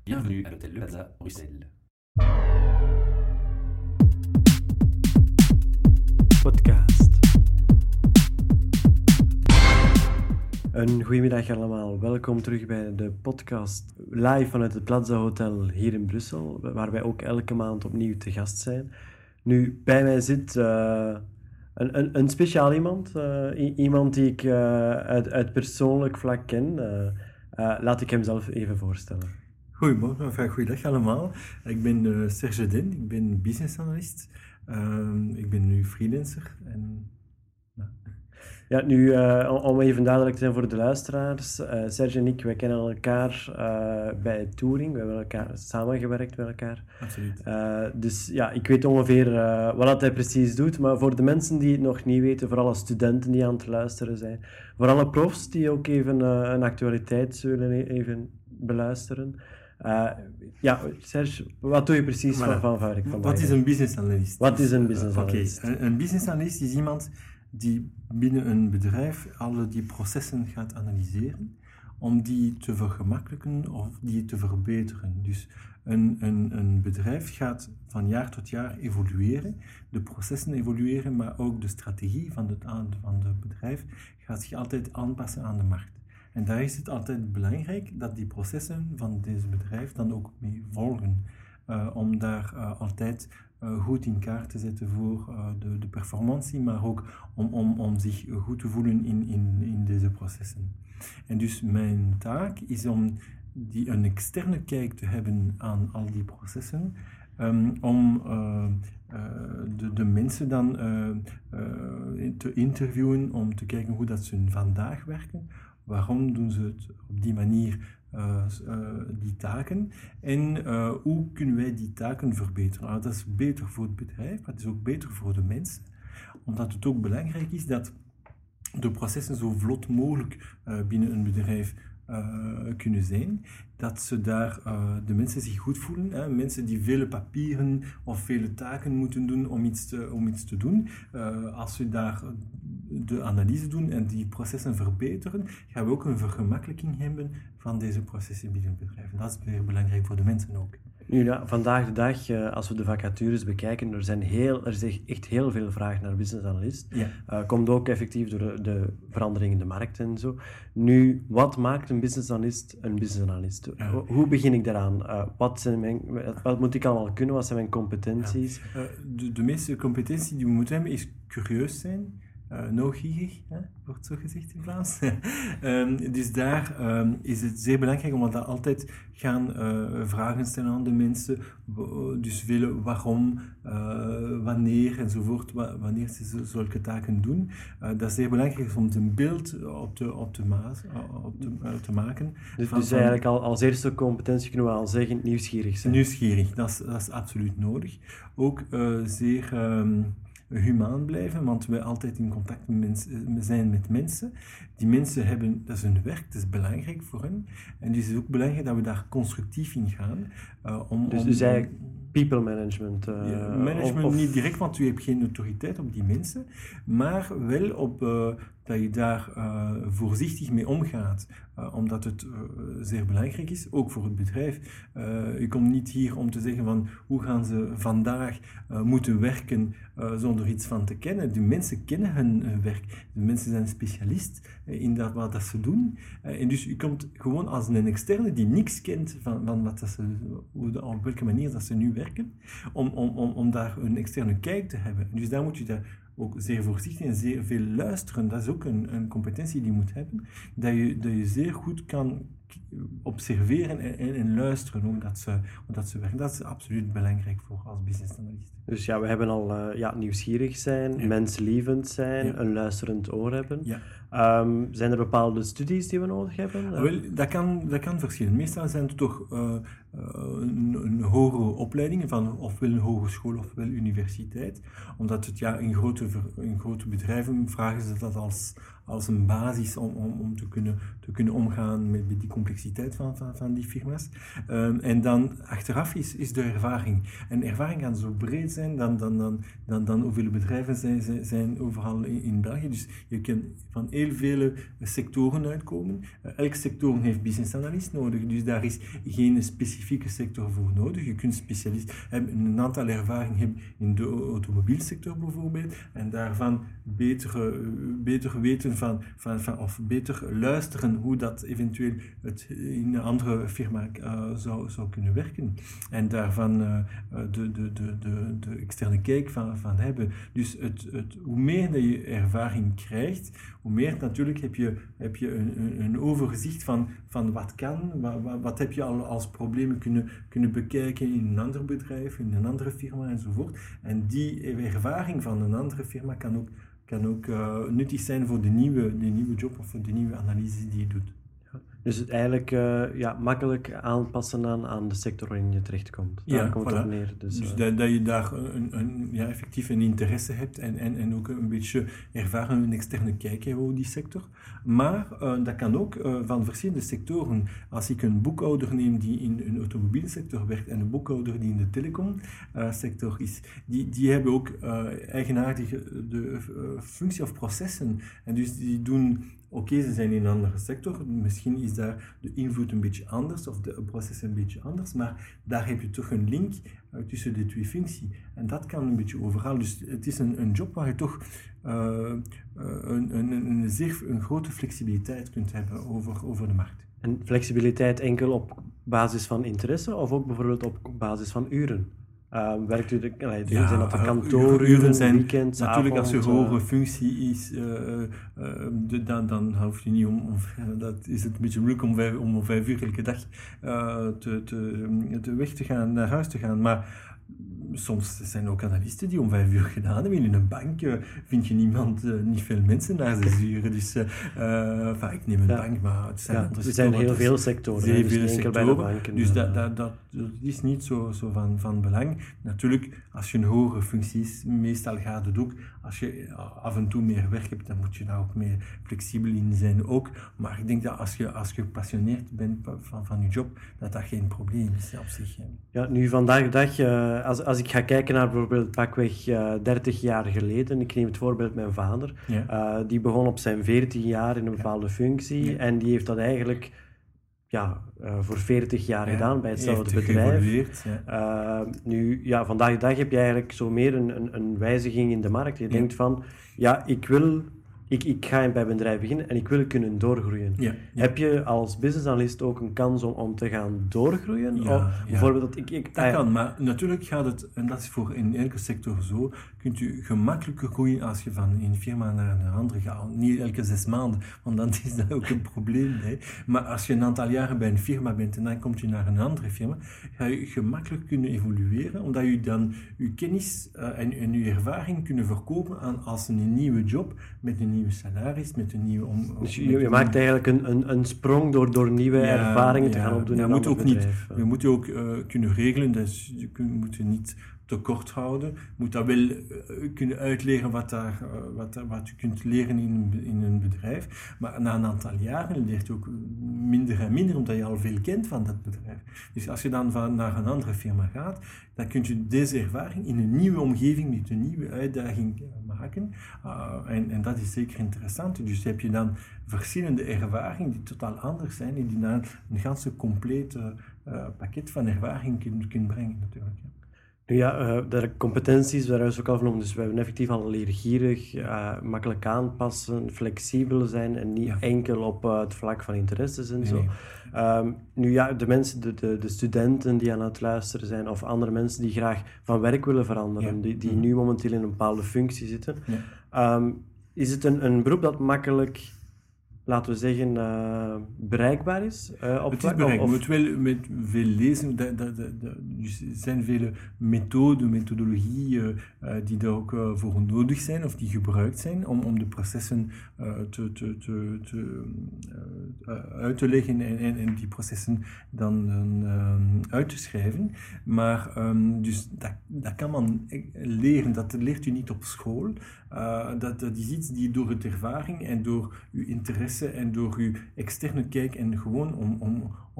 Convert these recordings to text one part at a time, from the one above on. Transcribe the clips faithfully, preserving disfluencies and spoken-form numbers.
Bienvenue à l'hôtel Le Plaza, Bruxelles. Podcast. Een goedemiddag allemaal. Welkom terug bij de podcast live vanuit het Plaza Hotel hier in Brussel, waar wij ook elke maand opnieuw te gast zijn. Nu, bij mij zit uh, een, een, een speciaal iemand, uh, i- iemand die ik uh, uit, uit persoonlijk vlak ken. Uh, uh, laat ik hem zelf even voorstellen. Goedemorgen, enfin, goeiedag allemaal. Ik ben uh, Serge Den, ik ben business analyst. Uh, ik ben nu freelancer. En, ja. Ja, nu, uh, om even duidelijk te zijn voor de luisteraars. Uh, Serge en ik, wij kennen elkaar uh, bij Touring. We hebben elkaar samengewerkt met elkaar. Absoluut. Uh, dus ja, ik weet ongeveer uh, wat hij precies doet. Maar voor de mensen die het nog niet weten, voor alle studenten die aan het luisteren zijn, voor alle profs die ook even uh, een actualiteit zullen even beluisteren. Uh, ja, Serge, wat doe je precies Voilà. van, van werk vandaag? Wat is een business analyst? Wat is een business analyst? Oké, okay. een, een business analyst is iemand die binnen een bedrijf alle die processen gaat analyseren om die te vergemakkelijken of die te verbeteren. Dus een, een, een bedrijf gaat van jaar tot jaar evolueren, de processen evolueren, maar ook de strategie van het, van het bedrijf gaat zich altijd aanpassen aan de markt. En daar is het altijd belangrijk dat die processen van deze bedrijf dan ook mee volgen. Uh, om daar uh, altijd uh, goed in kaart te zetten voor uh, de, de performantie, maar ook om, om, om zich goed te voelen in, in, in deze processen. En dus mijn taak is om die, een externe kijk te hebben aan al die processen, um, om uh, uh, de, de mensen dan uh, uh, te interviewen, om te kijken hoe dat ze vandaag werken. Waarom doen ze het op die manier, uh, uh, die taken? En uh, hoe kunnen wij die taken verbeteren? Nou, dat is beter voor het bedrijf, maar het is ook beter voor de mensen. Omdat het ook belangrijk is dat de processen zo vlot mogelijk uh, binnen een bedrijf uh, kunnen zijn. Dat ze daar uh, de mensen zich goed voelen. Hè? Mensen die vele papieren of vele taken moeten doen om iets te, om iets te doen. Uh, als we daar de analyse doen en die processen verbeteren, gaan we ook een vergemakkelijking hebben van deze processen binnen het bedrijf. En dat is weer belangrijk voor de mensen ook. Nu, ja, vandaag de dag, uh, als we de vacatures bekijken, er zijn heel, er is echt heel veel vraag naar business analyst. Ja. Uh, komt ook effectief door de, de verandering in de markt en zo. Nu, wat maakt een business analyst een business analyst? Ja. Hoe begin ik daaraan? Uh, wat, zijn mijn, wat moet ik allemaal kunnen? Wat zijn mijn competenties? Ja. Uh, de, de meeste competentie die we moeten hebben is curieus zijn. Uh, nieuwsgierig, hè, wordt zo gezegd in Vlaams. um, dus daar um, is het zeer belangrijk om dat altijd gaan uh, vragen stellen aan de mensen. Dus veel waarom, uh, wanneer enzovoort, wa- wanneer ze zulke taken doen. Uh, dat is zeer belangrijk om een beeld op te, op te, maas, op te, uh, te maken. Dus, van, dus eigenlijk al, als eerste competentie kunnen we al zeggen nieuwsgierig zijn. Nieuwsgierig, dat is, dat is absoluut nodig. Ook uh, zeer... Um, humaan blijven, want wij altijd in contact met mensen, zijn met mensen. Die mensen hebben, dat is hun werk, dat is belangrijk voor hen. En dus is het ook belangrijk dat we daar constructief in gaan. Uh, om, dus, om, dus eigenlijk people management? Uh, ja, management of, niet direct, want u hebt geen autoriteit op die mensen, maar wel op uh, dat je daar uh, voorzichtig mee omgaat, uh, omdat het uh, zeer belangrijk is, ook voor het bedrijf. Uh, je komt niet hier om te zeggen van hoe gaan ze vandaag uh, moeten werken uh, zonder iets van te kennen. De mensen kennen hun uh, werk. De mensen zijn specialist uh, in dat, wat dat ze doen. Uh, en dus je komt gewoon als een externe die niks kent van, van wat dat ze, hoe de, op welke manier dat ze nu werken, om, om, om, om daar een externe kijk te hebben. Dus daar moet je daar ook zeer voorzichtig en zeer veel luisteren. Dat is ook een, een competentie die je moet hebben. Dat je, dat je zeer goed kan observeren en, en, en luisteren hoe dat, ze, hoe dat ze werken. Dat is absoluut belangrijk voor als business analyst. Dus ja, we hebben al uh, ja, nieuwsgierig zijn, ja. menslievend zijn, ja. een luisterend oor hebben. Ja. Um, zijn er bepaalde studies die we nodig hebben? Uh, Wel, dat kan, dat kan verschillen. Meestal zijn het toch uh, uh, een, een hogere opleidingen van ofwel een hogeschool ofwel universiteit. Omdat het ja, in, grote, in grote bedrijven vragen ze dat als, als een basis om, om, om te, kunnen, te kunnen omgaan met, met die complexiteit van, van, van die firma's. Um, en dan achteraf is, is de ervaring. En ervaring kan zo breed zijn dan, dan, dan, dan, dan hoeveel bedrijven zijn, zijn, zijn overal in, in België. Dus je kan van heel veel sectoren uitkomen. Uh, elk sector heeft business analyst nodig, dus daar is geen specifieke sector voor nodig. Je kunt specialist hebben, een aantal ervaring hebben in de automobielsector bijvoorbeeld, en daarvan beter, uh, beter weten van, van, van, of beter luisteren hoe dat eventueel het in een andere firma uh, zou, zou kunnen werken. En daarvan uh, de, de, de, de, de externe kijk van, van hebben. Dus het, het, hoe meer dat je ervaring krijgt, hoe meer natuurlijk heb je, heb je een, een, een overzicht van, van wat kan, wat, wat, wat heb je al als problemen kunnen, kunnen bekijken in een ander bedrijf, in een andere firma enzovoort. En die ervaring van een andere firma kan ook, kan ook uh, nuttig zijn voor de nieuwe, de nieuwe job of voor de nieuwe analyse die je doet. Dus het eigenlijk uh, ja, makkelijk aanpassen aan, aan de sector waarin je terechtkomt. Daar Ja, komt voilà. het op neer. Dus, dus uh, dat, dat je daar een, een, ja, effectief een interesse hebt en, en, en ook een beetje ervaren een externe kijk hebt over die sector. Maar uh, dat kan ook uh, van verschillende sectoren. Als ik een boekhouder neem die in een automobielsector werkt en een boekhouder die in de telecomsector uh, is, die, die hebben ook uh, eigenaardige de, uh, functie of processen. En dus die doen... Oké, okay, ze zijn in een andere sector, misschien is daar de invloed een beetje anders of de proces een beetje anders, maar daar heb je toch een link uh, tussen de twee functies. En dat kan een beetje overal. Dus het is een, een job waar je toch uh, uh, een, een, een zeer een grote flexibiliteit kunt hebben over, over de markt. En flexibiliteit enkel op basis van interesse of ook bijvoorbeeld op basis van uren? Uh, werkt u de, allee, de ja, zijn dat de uh, kantooruren, zijn weekends, natuurlijk avond, als je uh, hoge functie is, uh, uh, de, dan, dan hoef je niet om, om dat is het een beetje moeilijk om vijf, om vijf uur elke dag uh, te, te, te weg te gaan, naar huis te gaan, maar soms zijn er ook analisten die om vijf uur gedaan hebben. In een bank uh, vind je niemand, uh, niet veel mensen na zes uur. Dus, uh, uh, enfin, ik neem een ja. bank, maar het zijn ja, andere er zijn heel veel sectoren. Heel Dus veel niet enkel bij de sectoren. banken. Dus uh, dat, dat, dat, dat is niet zo, zo van, van belang. Natuurlijk, als je een hogere functie is, meestal gaat het ook. Als je af en toe meer werk hebt, dan moet je daar ook meer flexibel in zijn ook. Maar ik denk dat als je, als je gepassioneerd bent van, van je job, dat dat geen probleem is op zich. Ja, nu vandaag de dag, uh, als, als ik ga kijken naar bijvoorbeeld pakweg uh, dertig jaar geleden, ik neem het voorbeeld mijn vader, Ja. uh, die begon op zijn veertien jaar in een bepaalde ja. functie ja. en die heeft dat eigenlijk ja, uh, voor veertig jaar ja, gedaan bij hetzelfde bedrijf. Ja. Uh, nu, ja, vandaag de dag heb je eigenlijk zo meer een, een, een wijziging in de markt. Je ja. denkt van, ja, ik wil... Ik, ik ga bij een bedrijf beginnen en ik wil kunnen doorgroeien. Ja, ja. Heb je als business analyst ook een kans om, om te gaan doorgroeien? Ja, of ja. bijvoorbeeld dat ik... ik dat ah, kan, maar natuurlijk gaat het, en dat is voor in elke sector zo, kunt u gemakkelijker groeien als je van een firma naar een andere gaat. Niet elke zes maanden, want dan is dat ook een probleem. Hè. Maar als je een aantal jaren bij een firma bent en dan kom je naar een andere firma, ga je gemakkelijk kunnen evolueren, omdat je dan je kennis uh, en, en je ervaring kunnen verkopen aan, als een nieuwe job met een nieuwe salaris, met een nieuwe... Om, dus je, je maakt eigenlijk een, een, een sprong door, door nieuwe ja, ervaringen ja, te gaan opdoen in een ander bedrijf. Niet, je moet ook uh, kunnen regelen, dus je kun, moet je niet tekort houden. Je moet dat wel uh, kunnen uitleggen wat, daar, uh, wat, wat je kunt leren in een, in een bedrijf. Maar na een aantal jaren leert je ook minder en minder, omdat je al veel kent van dat bedrijf. Dus als je dan van, naar een andere firma gaat, dan kun je deze ervaring in een nieuwe omgeving, met een nieuwe uitdaging maken. Uh, en, en dat is zeker interessant. Dus heb je dan verschillende ervaringen die totaal anders zijn en die dan een ganse complete uh, pakket van ervaring kunnen kun brengen natuurlijk. Ja. Nu ja, uh, de competenties, daar hebben we ook al van, dus we hebben effectief al leergierig, uh, makkelijk aanpassen, flexibel zijn en niet ja. enkel op uh, het vlak van interesses en nee, zo. Nee. Um, nu ja, de mensen, de, de, de studenten die aan het luisteren zijn of andere mensen die graag van werk willen veranderen, ja. die, die mm-hmm. nu momenteel in een bepaalde functie zitten, ja. um, is het een, een beroep dat makkelijk... laten we zeggen, uh, bereikbaar is? Uh, op het is bereikbaar, je moet wel met veel lezen. Er zijn vele methoden, methodologieën uh, uh, die daar ook uh, voor nodig zijn of die gebruikt zijn om, om de processen uh, te, te, te, te, uh, uit te leggen en, en, en die processen dan, dan uh, uit te schrijven. Maar um, dus dat, dat kan man leren, dat leert u niet op school. Uh, dat, dat is iets die door het ervaring en door uw interesse en door uw externe kijk en gewoon om, om, om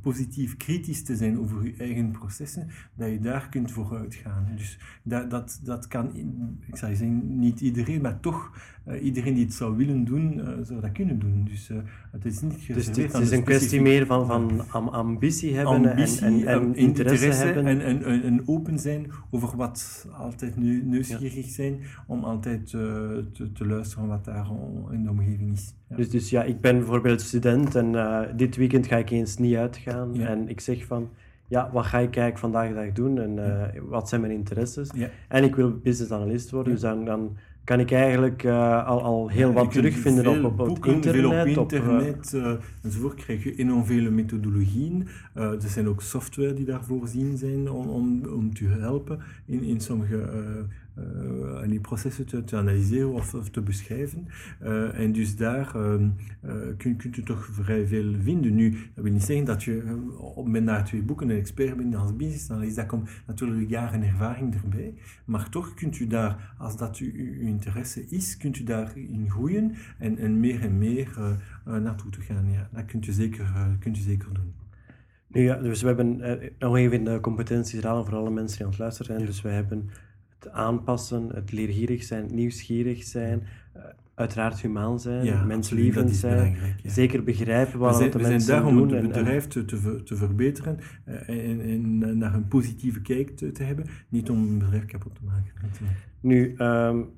positief kritisch te zijn over je eigen processen, dat je daar kunt vooruit gaan. Dus dat, dat, dat kan, ik zou zeggen, niet iedereen, maar toch uh, iedereen die het zou willen doen, uh, zou dat kunnen doen. Dus uh, het is niet Dus het, het is een kwestie meer van, van am, ambitie hebben ambitie, en, en, en uh, interesse, interesse hebben. En, en, en, en open zijn over wat altijd nu nieuwsgierig zijn, om altijd uh, te, te luisteren wat daar in de omgeving is. Ja. Dus, dus ja, ik ben bijvoorbeeld student en uh, dit weekend ga ik eens niet uitgaan. Ja. En ik zeg van, ja, wat ga ik eigenlijk vandaag de dag doen en uh, ja. wat zijn mijn interesses? Ja. En ik wil business analyst worden, Ja. dus dan, dan kan ik eigenlijk uh, al, al heel Ja, wat terugvinden op, op, op boeken, het internet. Veel op internet op, uh, uh, enzovoort krijg je enorm vele methodologieën. Uh, er zijn ook software die daar voorzien zijn om, om, om te helpen in, in sommige uh, uh, die processen te, te analyseren of, of te beschrijven. Uh, en dus daar uh, uh, kun, kunt u toch vrij veel vinden. Nu, dat wil niet zeggen dat je uh, met na twee boeken een expert bent als business analyst. Dat komt natuurlijk jaren ervaring erbij. Maar toch kunt u daar, als dat u, uw interesse is, kunt u daarin groeien en, en meer en meer uh, uh, naartoe te gaan. Ja, dat kunt u zeker, uh, kunt u zeker doen. Nu ja, dus we hebben uh, nog even de competenties herhalen voor alle mensen die aan het luisteren zijn. Ja. Dus we hebben het aanpassen, het leergierig zijn, het nieuwsgierig zijn, uh, uiteraard humaan zijn, ja, menslievend zijn, ja. Zeker begrijpen wat zijn, de we mensen zijn daar doen. om het bedrijf en, te, te, te verbeteren uh, en, en naar een positieve kijk te, te hebben, niet om een bedrijf kapot te maken. Nu, um,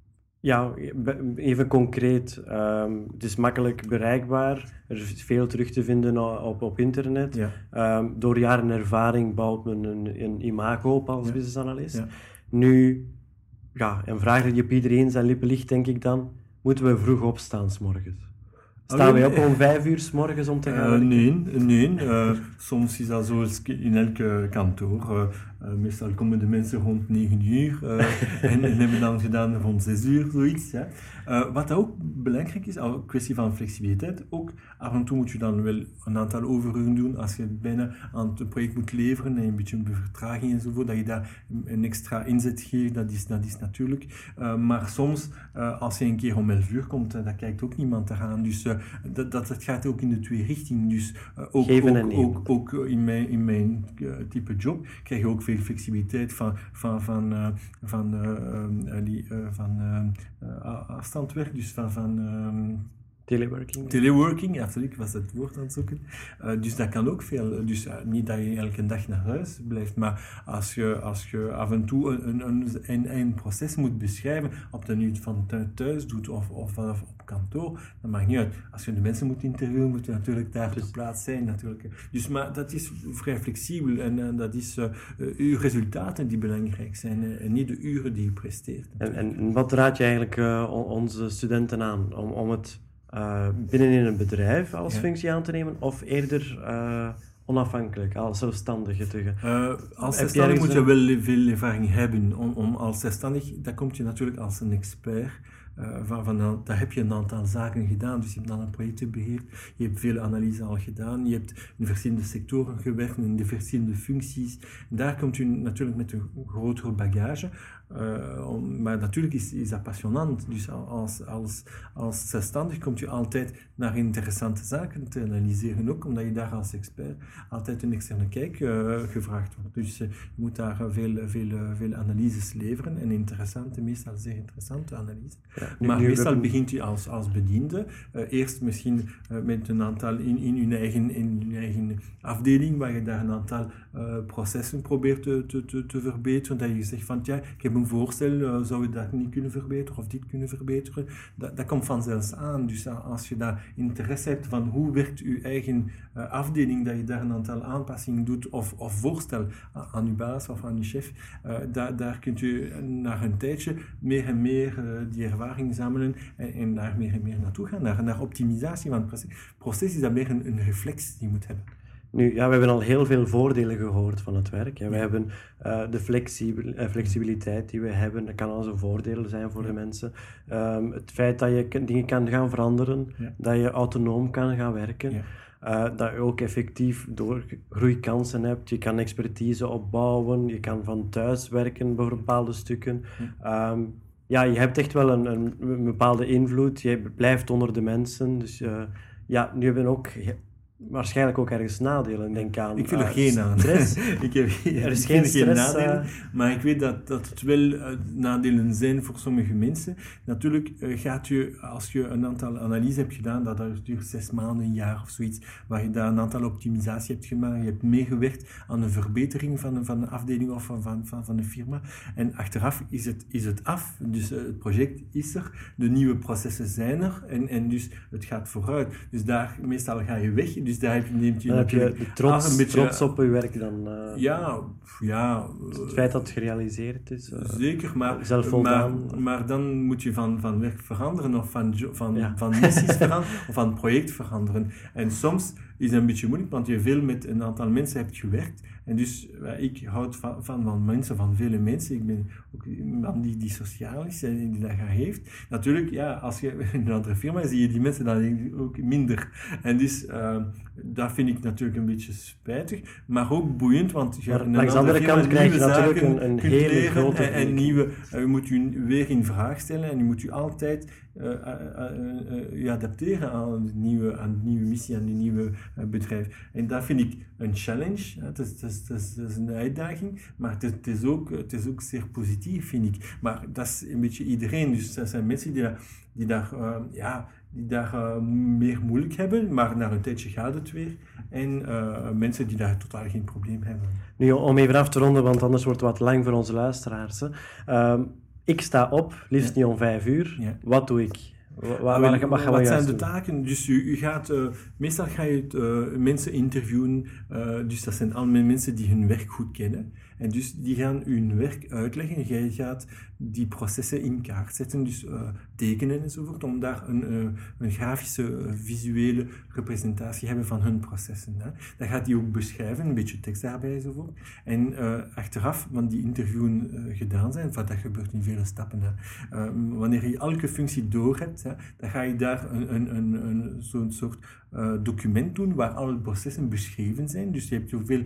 ja, even concreet. Um, het is makkelijk bereikbaar. Er is veel terug te vinden op, op internet. Ja. Um, door jaren ervaring bouwt men een, een imago op als ja. business analyst. Ja. Nu, ja, een vraag die op iedereen zijn lippen ligt, denk ik dan. Moeten we vroeg opstaan 's morgens? Staan wij op om vijf uur 's morgens om te gaan? Uh, nee, nee. Uh, soms is dat zo in elk kantoor. Uh, uh, meestal komen de mensen rond negen uur uh, en, en hebben dan gedaan rond zes uur, zoiets. Ja. Uh, wat ook belangrijk is, een kwestie van flexibiliteit, ook af en toe moet je dan wel een aantal overuren doen als je bijna aan het project moet leveren en een beetje een vertraging enzovoort, dat je daar een extra inzet geeft, dat is, dat is natuurlijk. Uh, maar soms, uh, als je een keer om elf uur komt, uh, dat kijkt ook niemand eraan. Dus uh, dat, dat, dat gaat ook in de twee richtingen. Dus uh, ook, ook, ook, ook in mijn, in mijn uh, type job krijg je ook veel flexibiliteit van, van, van, uh, van, uh, uh, die, uh, van uh, uh, afstandwerk, dus van... van uh, Teleworking. Teleworking, absoluut, ik was het woord aan het zoeken. Uh, dus dat kan ook veel. Dus uh, niet dat je elke dag naar huis blijft, maar als je, als je af en toe een, een, een, een proces moet beschrijven, op de nu van thuis doet of, of, of op kantoor, dat maakt niet uit. Als je de mensen moet interviewen, moet je natuurlijk daar ter plaatse zijn. Natuurlijk. Dus, maar dat is vrij flexibel en, en dat is uh, uh, uw resultaten die belangrijk zijn uh, en niet de uren die je presteert. En, en wat raad je eigenlijk uh, onze studenten aan om, om het Uh, binnen in een bedrijf als ja. functie aan te nemen, of eerder uh, onafhankelijk, als zelfstandige te gaan? Uh, als zelfstandig moet je wel veel ervaring hebben. Om, om als zelfstandig, dan kom je natuurlijk als een expert. Uh, van, van, daar heb je een aantal zaken gedaan, dus je hebt dan een project beheerd, je hebt veel analyse al gedaan, je hebt in verschillende sectoren gewerkt, in de verschillende functies. En daar komt u natuurlijk met een grotere bagage, uh, om, maar natuurlijk is, is dat passionnant. Dus als, als, als zelfstandig komt u altijd naar interessante zaken te analyseren, ook omdat je daar als expert altijd een externe kijk uh, gevraagd wordt. Dus uh, je moet daar veel, veel, veel analyses leveren en interessante, meestal zeer interessante analyses. Ja. Nu, maar nu meestal hebben... begint u als, als bediende. Uh, eerst misschien uh, met een aantal in, in, uw eigen, in uw eigen afdeling, waar je daar een aantal uh, processen probeert te, te, te, te verbeteren. Dat je zegt van, ja, ik heb een voorstel, uh, zou je dat niet kunnen verbeteren of dit kunnen verbeteren? Dat, dat komt vanzelfs aan. Dus uh, als je daar interesse hebt van hoe werkt uw eigen uh, afdeling, dat je daar een aantal aanpassingen doet of, of voorstel aan uw baas of aan uw chef, uh, daar, daar kunt u na een tijdje meer en meer uh, die ervaring zamelen en, en daar meer en meer naartoe gaan, naar, naar optimisatie van het proces. Het proces is dat meer een, een reflex die je moet hebben. Nu, ja, we hebben al heel veel voordelen gehoord van het werk. Ja. We ja. hebben uh, de flexibel, uh, flexibiliteit die we hebben, dat kan al een voordeel zijn voor ja. de mensen. Um, het feit dat je dingen kan gaan veranderen, ja. dat je autonoom kan gaan werken. Ja. Uh, dat je ook effectief door groeikansen hebt. Je kan expertise opbouwen, je kan van thuis werken voor bepaalde stukken. Ja. Um, Ja, je hebt echt wel een, een, een bepaalde invloed. Je blijft onder de mensen. Dus uh, ja, nu hebben we ook waarschijnlijk ook ergens nadelen. Denk aan Ik wil er uh, geen aan. stress. ik heb, Er is ik geen vind stress, nadelen, uh... maar ik weet dat, dat het wel uh, nadelen zijn voor sommige mensen. Natuurlijk uh, gaat je, als je een aantal analyses hebt gedaan, dat duurt zes maanden, een jaar of zoiets, waar je daar een aantal optimisatie hebt gemaakt, je hebt meegewerkt aan een verbetering van, van een afdeling of van, van, van, van een firma. En achteraf is het, is het af. Dus uh, het project is er, de nieuwe processen zijn er en, en dus het gaat vooruit. Dus daar, meestal ga je weg, dus daar heb je, neemt je Dan heb je natuurlijk de trots, ah, een beetje, trots op je werk dan. Uh, ja, ja. Het feit dat het gerealiseerd is. Uh, zeker, maar, zelfvoldaan. maar, maar dan moet je van, van werk veranderen of van, van, Ja. van missies veranderen of van project veranderen. En soms is het een beetje moeilijk, want je veel met een aantal mensen hebt gewerkt. En dus uh, ik houd van, van, van mensen, van vele mensen. Ik ben ook iemand die, die sociaal is en die dat graag heeft. Natuurlijk, ja, als je in een andere firma zie je die mensen dan ook minder. En dus uh, dat vind ik natuurlijk een beetje spijtig, maar ook boeiend, want je maar in een langs de andere firma kant krijg je nieuwe natuurlijk zaken een, een kunt hele leren grote... En, en nieuwe, uh, je moet je weer in vraag stellen en je moet je altijd uh, uh, uh, uh, je adapteren aan de nieuwe, aan de nieuwe missie, aan de nieuwe uh, bedrijf. En dat vind ik een challenge. Het is, het is, het is, het is een uitdaging, maar het is, het, is ook, het is ook zeer positief, vind ik. Maar dat is een beetje iedereen. Dus dat zijn mensen die daar, die daar, uh, ja, die daar uh, meer moeilijk hebben, maar na een tijdje gaat het weer. En uh, mensen die daar totaal geen probleem hebben. Nu, om even af te ronden, want anders wordt het wat lang voor onze luisteraars. Hè. Um, ik sta op, liefst ja. niet om vijf uur. Ja. Wat doe ik? Waar, waar, waar, wat gaan we Wat zijn de doen? taken? Dus je, je gaat, uh, meestal ga je uh, mensen interviewen, uh, dus dat zijn allemaal mensen die hun werk goed kennen. En dus die gaan hun werk uitleggen en jij gaat die processen in kaart zetten, dus uh, tekenen enzovoort, om daar een, uh, een grafische, uh, visuele representatie hebben van hun processen. Hè. Dan gaat die ook beschrijven, een beetje tekst daarbij enzovoort. En uh, achteraf, want die interviewen uh, gedaan zijn, want dat gebeurt in vele stappen. Hè. Uh, wanneer je elke functie door hebt, hè, dan ga je daar een, een, een, een, zo'n soort uh, document doen waar alle processen beschreven zijn. Dus je hebt zoveel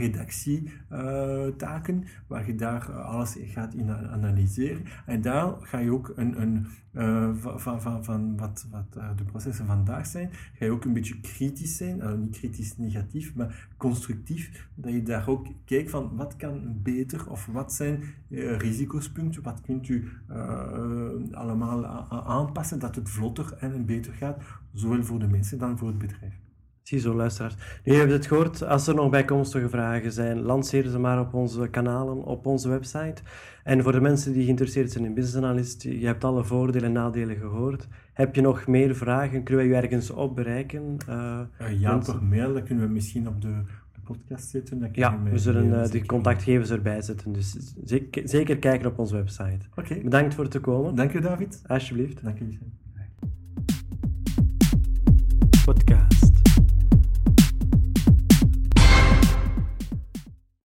redactietaken, uh, waar je daar uh, alles gaat in analyseren. En daar ga je ook een, een uh, van, van, van wat, wat uh, de processen vandaag zijn, ga je ook een beetje kritisch zijn, uh, niet kritisch negatief, maar constructief, dat je daar ook kijkt van wat kan beter of wat zijn uh, risicospunten, wat kunt u uh, uh, allemaal a- aanpassen dat het vlotter en beter gaat, zowel voor de mensen dan voor het bedrijf. Ziezo, luisteraars. Nu hebben we het gehoord. Als er nog bijkomstige vragen zijn, lanceer ze maar op onze kanalen, op onze website. En voor de mensen die geïnteresseerd zijn in business analyst, je hebt alle voordelen en nadelen gehoord. Heb je nog meer vragen? Kunnen wij je ergens op bereiken? Uh, uh, ja, mensen? Per mail, dat kunnen we misschien op de, de podcast zetten. Dat ja, we zullen uh, de contactgevers erbij zetten. Dus zeker, zeker kijken op onze website. Oké. Okay. Bedankt voor het te komen. Dank je, David. Alsjeblieft. Dank je.